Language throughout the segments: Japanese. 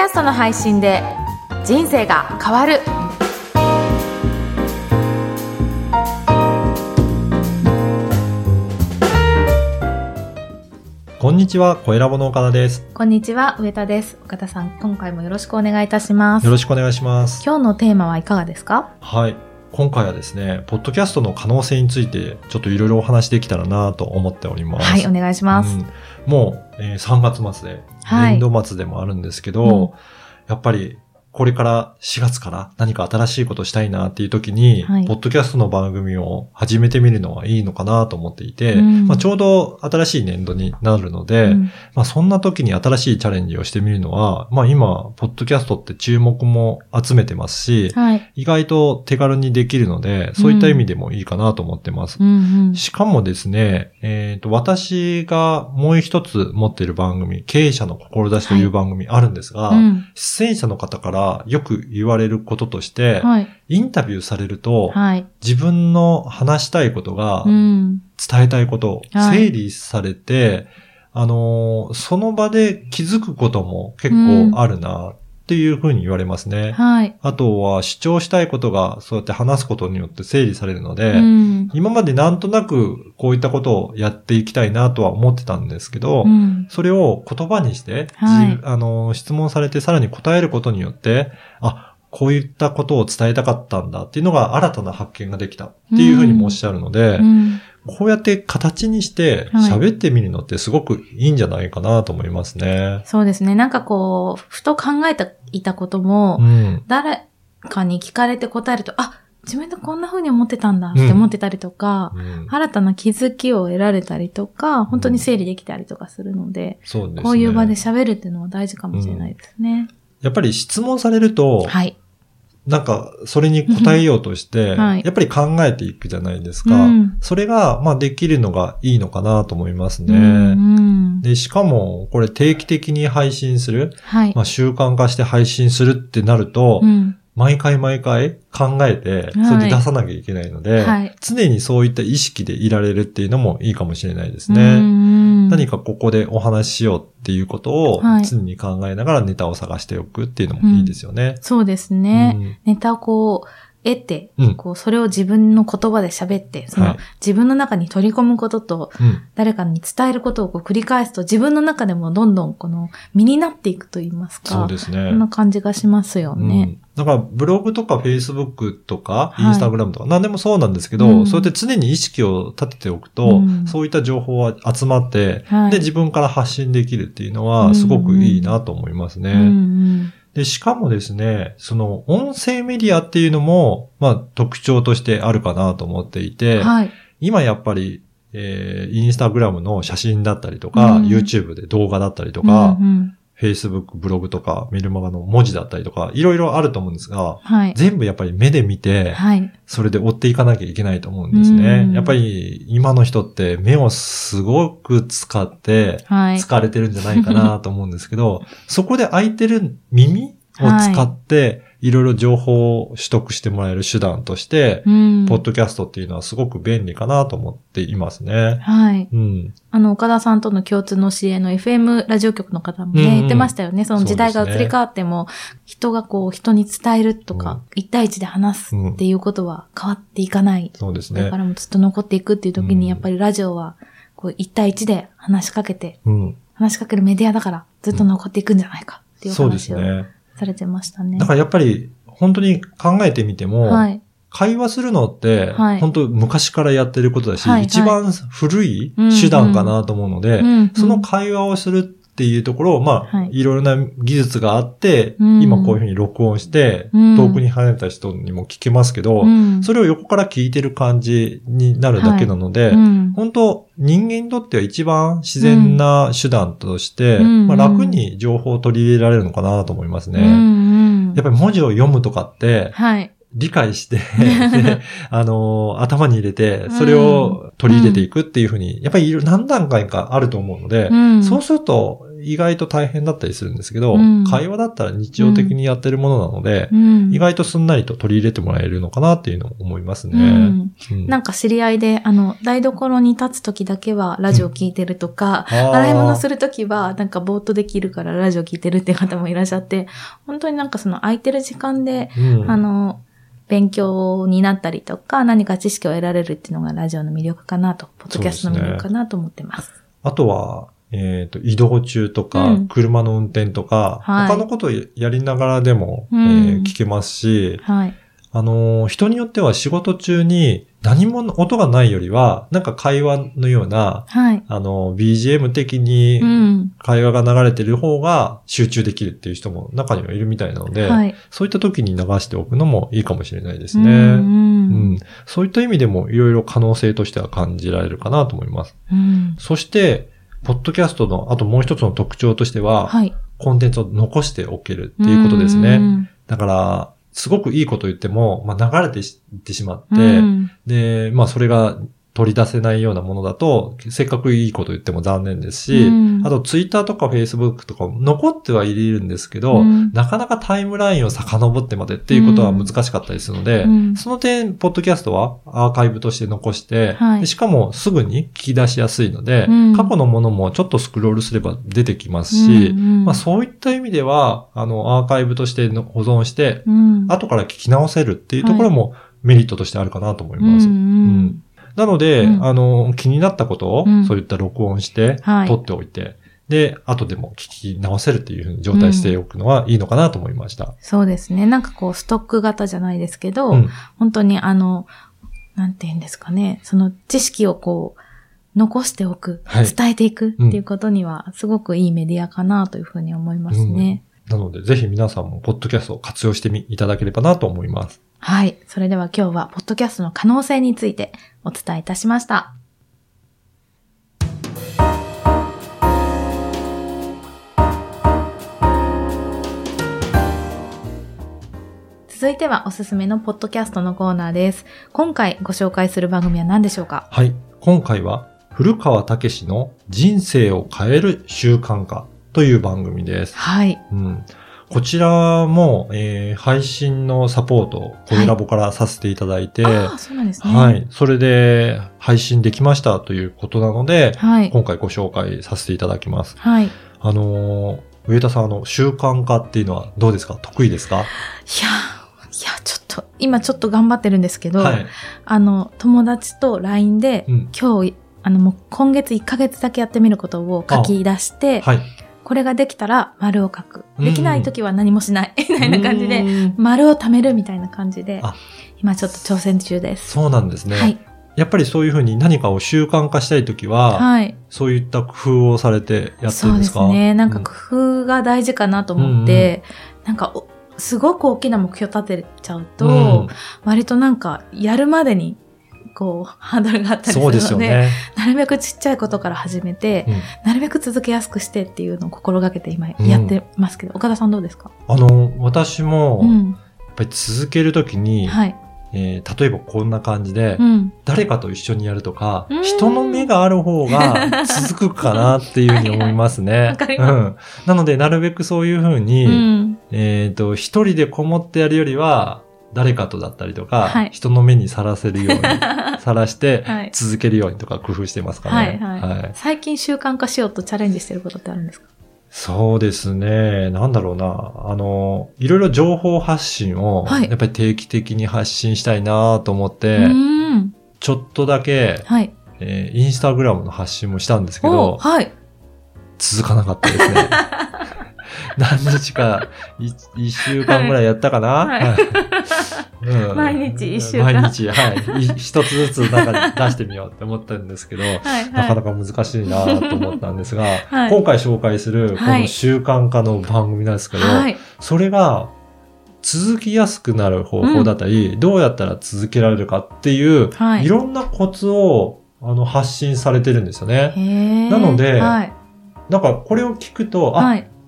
キャストの配信で人生が変わる。 こんにちは、声ラボの岡田です。 こんにちは、上田です。岡田さん、今回もよろしくお願いいたします。 よろしくお願いします。 今日のテーマはいかがですか？ はい。今回はですね、ポッドキャストの可能性についてちょっといろいろお話できたらなと思っております。 はい、お願いします。 もう、3月末で、年度末でもあるんですけど、やっぱりこれから4月から何か新しいことしたいなっていう時に、ポッドキャストの番組を始めてみるのはいいのかなと思っていて、ちょうど新しい年度になるので、そんな時に新しいチャレンジをしてみるのは、今、ポッドキャストって注目も集めてますし、意外と手軽にできるので、そういった意味でもいいかなと思ってます。しかもですね、私がもう一つ持っている番組、経営者の志という番組あるんですが、出演者の方からよく言われることとして、インタビューされると、自分の話したいことが、伝えたいこと、整理されて、その場で気づくことも結構あるな、っていうふうに言われますね。あとは主張したいことがそうやって話すことによって整理されるので、今までなんとなくこういったことをやっていきたいなとは思ってたんですけど、それを言葉にして、質問されてさらに答えることによって、こういったことを伝えたかったんだっていうのが新たな発見ができたっていうふうにもおっしゃるので、こうやって形にして喋ってみるのってすごくいいんじゃないかなと思いますね。 そうですね。なんかこう、ふと考えていたことも、誰かに聞かれて答えると、自分でこんな風に思ってたんだって思ってたりとか、新たな気づきを得られたりとか、本当に整理できたりとかするので、 そうですね、 こういう場で喋るっていうのは大事かもしれないですね。 やっぱり質問されると、なんか、それに答えようとして、やっぱり考えていくじゃないですか。それが、できるのがいいのかなと思いますね。で、しかも、これ定期的に配信する、習慣化して配信するってなると、毎回考えて、それで出さなきゃいけないので、常にそういった意識でいられるっていうのもいいかもしれないですね。何かここでお話ししようっていうことを常に考えながらネタを探しておくっていうのもいいですよね。 そうですね。ネタをこう、得て、それを自分の言葉で喋って、自分の中に取り込むことと、誰かに伝えることを繰り返すと、自分の中でもどんどん身になっていくと言いますか。 そうですね。 そんな感じがしますよね。 だから、ブログとかフェイスブックとか、インスタグラムとか、何でもそうなんですけど、そうやって常に意識を立てておくと、そういった情報は集まって、で、自分から発信できるっていうのは、すごくいいなと思いますね。で、しかもですね、その音声メディアっていうのも、特徴としてあるかなと思っていて、今やっぱり、インスタグラムの写真だったりとか、YouTube で動画だったりとか、Facebook、ブログとか、メルマガの文字だったりとか、いろいろあると思うんですが、全部やっぱり目で見て、それで追っていかなきゃいけないと思うんですね。やっぱり今の人って目をすごく使って疲れてるんじゃないかなと思うんですけど、そこで空いてる耳を使って、いろいろ情報を取得してもらえる手段として、ポッドキャストっていうのはすごく便利かなと思っていますね。 岡田さんとの共通の知り合いの FM ラジオ局の方もね、言ってましたよね。その時代が移り変わっても、人が人に伝えるとか、一対一で話すっていうことは変わっていかない。 そうですね。 だからもずっと残っていくっていう時に、やっぱりラジオは、一対一で話しかけて、話しかけるメディアだからずっと残っていくんじゃないかっていう話をされてましたね。 だからやっぱり本当に考えてみても、会話するのって、本当昔からやってることだし、一番古い手段かなと思うので、その会話をするっていうところを、いろいろな技術があって、今こういうふうに録音して、遠くに離れた人にも聞けますけど、それを横から聞いてる感じになるだけなので、本当人間にとっては一番自然な手段として、楽に情報を取り入れられるのかなと思いますね。やっぱり文字を読むとかって、理解して頭に入れて、それを取り入れていくっていうふうに、やっぱり何段階かあると思うので、そうすると、 意外と大変だったりするんですけど、会話だったら日常的にやってるものなので、意外とすんなりと取り入れてもらえるのかなっていうのを思いますね。 なんか知り合いで、台所に立つ時だけはラジオ聞いてるとか、洗い物する時はなんかぼーっとできるからラジオ聞いてるっていう方もいらっしゃって、本当になんかその空いてる時間で、勉強になったりとか、何か知識を得られるっていうのがラジオの魅力かなと、ポッドキャストの魅力かなと思ってます。 あとは、移動中とか、車の運転とか、他のことをやりながらでも、聞けますし、人によっては仕事中に何も音がないよりは、なんか会話のような、BGM 的に会話が流れてる方が集中できるっていう人も中にはいるみたいなので、そういった時に流しておくのもいいかもしれないですね。そういった意味でもいろいろ可能性としては感じられるかなと思います。そして、ポッドキャストのあともう一つの特徴としては、コンテンツを残しておけるっていうことですね。だから、すごくいいこと言っても、流れていってしまって、で、それが取り出せないようなものだと、せっかくいいこと言っても残念ですし、あとツイッターとかフェイスブックとか残ってはいるんですけど、なかなかタイムラインを遡ってまでっていうことは難しかったりするので、その点、ポッドキャストはアーカイブとして残して、しかもすぐに聞き出しやすいので、過去のものもちょっとスクロールすれば出てきますし、そういった意味では、アーカイブとして保存して、後から聞き直せるっていうところもメリットとしてあるかなと思います。なので、気になったことを、そういった録音して、撮っておいて、で、後でも聞き直せるっていう風に状態しておくのはいいのかなと思いました。 そうですね。なんかこう、ストック型じゃないですけど、本当になんて言うんですかね、その知識をこう、残しておく、伝えていくっていうことには、すごくいいメディアかなというふうに思いますね。 なので、ぜひ皆さんも、ポッドキャストを活用していただければなと思います。 はい。それでは今日は、ポッドキャストの可能性についてお伝えいたしました。続いてはおすすめのポッドキャストのコーナーです。今回ご紹介する番組は何でしょうか？ はい。今回は、古川武史の人生を変える習慣化という番組です。 はい。 こちらも、配信のサポートをコミラボからさせていただいて、 そうなんですね。 はい。それで配信できましたということなので、今回ご紹介させていただきます。 はい。 上田さん、習慣化っていうのはどうですか？得意ですか？いや、ちょっと、今ちょっと頑張ってるんですけど、友達と LINE で、今日、もう今月1ヶ月だけやってみることを書き出して、これができたら丸を書く。できないときは何もしない。みたいな感じで、丸を貯めるみたいな感じで、今ちょっと挑戦中です。 そうなんですね。はい。やっぱりそういうふうに何かを習慣化したいときは、そういった工夫をされてやってるんですか？そうですね。なんか工夫が大事かなと思って、なんかすごく大きな目標立てちゃうと、割となんかやるまでにこうハードルがあったりするの で、ね、なるべくちっちゃいことから始めて、なるべく続けやすくしてっていうのを心がけて今やってますけど、岡田さんどうですか？ 私も、やっぱり続けるときに、例えばこんな感じで、誰かと一緒にやるとか、人の目がある方が続くかなっていうふうに思いますね。 わかります。 なので、なるべくそういうふうに、一人でこもってやるよりは、誰かとだったりとか、人の目にさらせるように、さらして続けるようにとか工夫してますかね。 最近習慣化しようとチャレンジしてることってあるんですか？ そうですね。なんだろうな。いろいろ情報発信を、やっぱり定期的に発信したいなと思って、ちょっとだけ、インスタグラムの発信もしたんですけど、続かなかったですね。何日か、1週間ぐらいやったかな、 毎日1週間。 毎日、一つずつなんか出してみようって思ったんですけど、なかなか難しいなと思ったんですが、今回紹介するこの習慣化の番組なんですけど、それが続きやすくなる方法だったり、どうやったら続けられるかっていう、いろんなコツを発信されてるんですよね。なので、なんかこれを聞くと、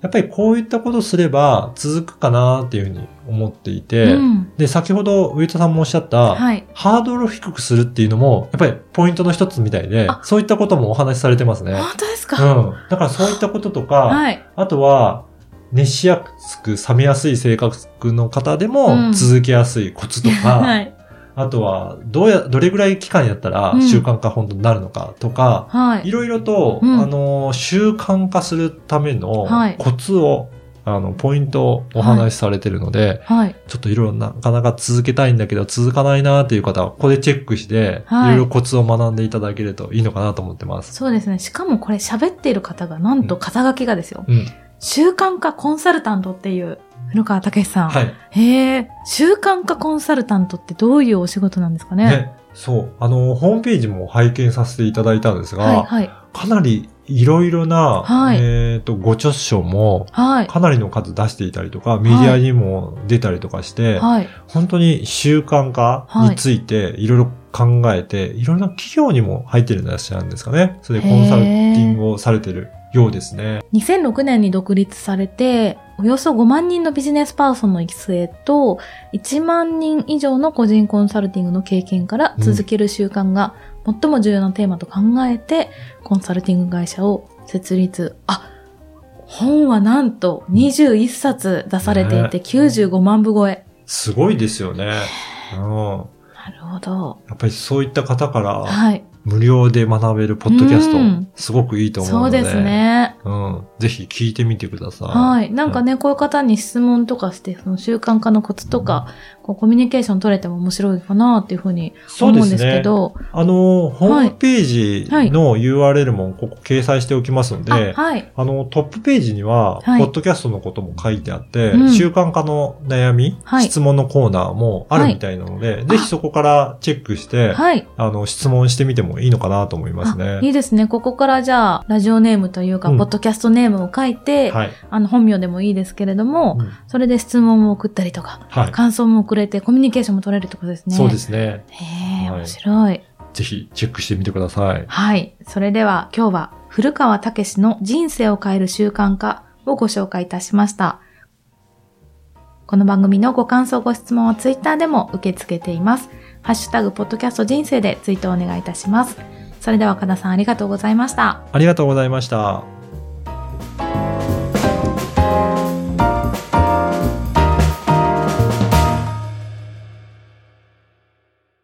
やっぱりこういったことすれば続くかなっていうふうに思っていて、で、先ほど上田さんもおっしゃった、ハードルを低くするっていうのも、やっぱりポイントの一つみたいで、そういったこともお話しされてますね。 本当ですか？ だからそういったこととか、あとは、熱しやすく冷めやすい性格の方でも続けやすいコツとか、あとは、どれぐらい期間やったら習慣化本当になるのかとか、いろいろと、習慣化するためのコツを、ポイントをお話しされてるので、ちょっといろいろなかなか続けたいんだけど続かないなっていう方は、ここでチェックして、いろいろコツを学んでいただけるといいのかなと思ってます。 そうですね。しかもこれ喋っている方がなんと肩書きがですよ。習慣化コンサルタントっていう、古川武さん。習慣化コンサルタントってどういうお仕事なんですかね？ そう。ホームページも拝見させていただいたんですが、かなりいろいろな、ご著書も、かなりの数出していたりとか、メディアにも出たりとかして、本当に習慣化についていろいろ考えて、いろんな企業にも入ってるんですかね。それでコンサルティングをされてるようですね。 2006年に独立されて、およそ5万人のビジネスパーソンの育成と、1万人以上の個人コンサルティングの経験から続ける習慣が最も重要なテーマと考えて、コンサルティング会社を設立。本はなんと21冊出されていて95万部超え。 すごいですよね。 なるほど。 やっぱりそういった方から、無料で学べるポッドキャスト、すごくいいと思うので。 そうですね。 ぜひ聞いてみてください。 なんかね、こういう方に質問とかして、その習慣化のコツとか、コミュニケーション取れても面白いかなっていうふうに思うんですけど。 ホームページの URL もここ掲載しておきますので、トップページには、ポッドキャストのことも書いてあって、習慣化の悩み、質問のコーナーもあるみたいなので、ぜひそこからチェックして、質問してみてもいいのかなと思いますね。 いいですね。ここからじゃあ、ラジオネームというか、ポッドキャストネームを書いて、本名でもいいですけれども、それで質問を送ったりとか、感想も送れて、コミュニケーションも取れるってことですね。 そうですね。 面白い。 ぜひチェックしてみてください。 それでは今日は、古川武の人生を変える習慣化をご紹介いたしました。この番組のご感想ご質問はツイッターでも受け付けています。ハッシュタグポッドキャスト人生でツイートをお願いいたします。それでは岡田さんありがとうございました。 ありがとうございました。